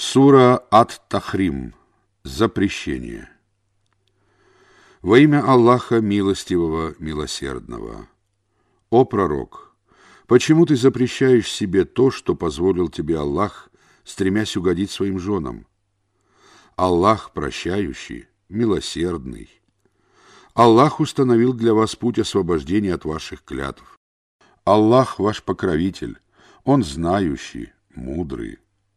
Сура Ат-Тахрим. Запрещение. Во имя Аллаха Милостивого, Милосердного. О пророк, почему ты запрещаешь себе то, что позволил тебе Аллах, стремясь угодить своим женам? Аллах прощающий, милосердный. Аллах установил для вас путь освобождения от ваших клятв. Аллах ваш покровитель, Он знающий, мудрый.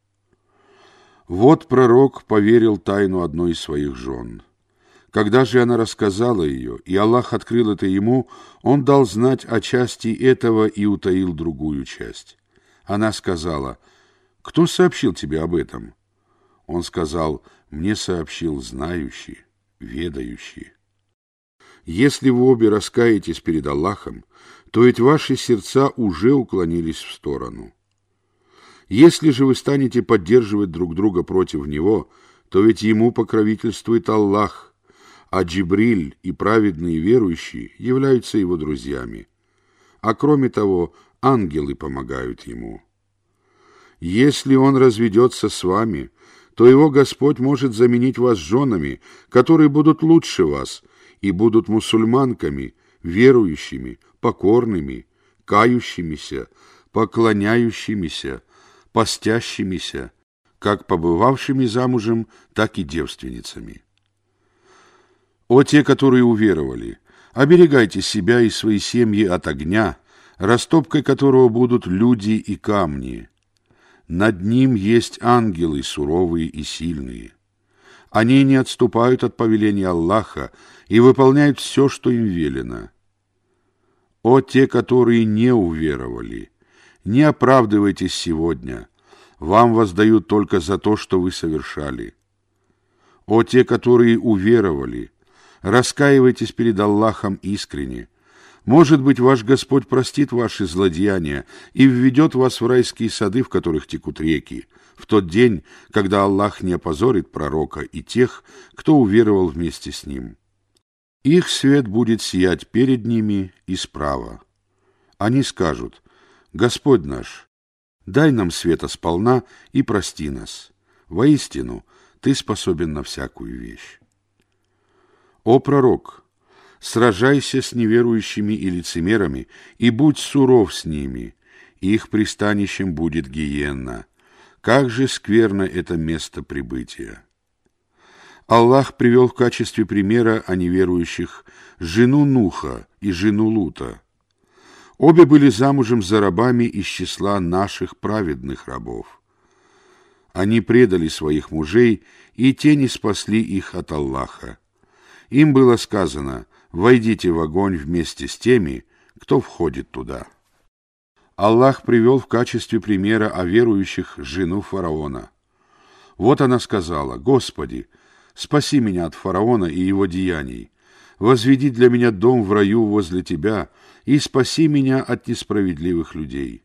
Вот пророк поверил тайну одной из своих жен. Когда же она рассказала ее, и Аллах открыл это ему, он дал знать о части этого и утаил другую часть. Она сказала: «Кто сообщил тебе об этом?» Он сказал: «Мне сообщил знающий, ведающий». Если вы обе раскаетесь перед Аллахом, то ведь ваши сердца уже уклонились в сторону. Если же вы станете поддерживать друг друга против него, то ведь ему покровительствует Аллах, а Джибриль и праведные верующие являются его друзьями. А кроме того, ангелы помогают ему. Если он разведется с вами, то его Господь может заменить вас женами, которые будут лучше вас и будут мусульманками, верующими, покорными, кающимися, поклоняющимися, постящимися, как побывавшими замужем, так и девственницами. О те, которые уверовали, оберегайте себя и свои семьи от огня, растопкой которого будут люди и камни. Над ним есть ангелы суровые и сильные. Они не отступают от повеления Аллаха и выполняют все, что им велено. О те, которые не уверовали, не оправдывайтесь сегодня, вам воздают только за то, что вы совершали. О те, которые уверовали, раскаивайтесь перед Аллахом искренне. Может быть, ваш Господь простит ваши злодеяния и введет вас в райские сады, в которых текут реки, в тот день, когда Аллах не опозорит пророка и тех, кто уверовал вместе с ним. Их свет будет сиять перед ними и справа. Они скажут: «Господь наш, дай нам света сполна и прости нас. Воистину, Ты способен на всякую вещь». О пророк, сражайся с неверующими и лицемерами и будь суров с ними, их пристанищем будет гиенна. Как же скверно это место прибытия! Аллах привел в качестве примера о неверующих жену Нуха и жену Лута. Обе были замужем за рабами из числа наших праведных рабов. Они предали своих мужей, и те не спасли их от Аллаха. Им было сказано: «Войдите в огонь вместе с теми, кто входит туда». Аллах привел в качестве примера о верующих жену фараона. Вот она сказала: «Господи, спаси меня от фараона и его деяний. Возведи для меня дом в раю возле Тебя и спаси меня от несправедливых людей».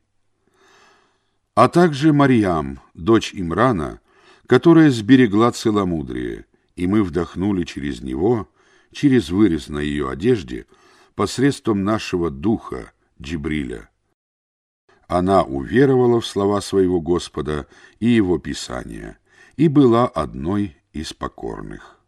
А также Марьям, дочь Имрана, которая сберегла целомудрие, и мы вдохнули через него, через вырез на ее одежде, посредством нашего духа Джибриля. Она уверовала в слова своего Господа и его Писания, и была одной из покорных.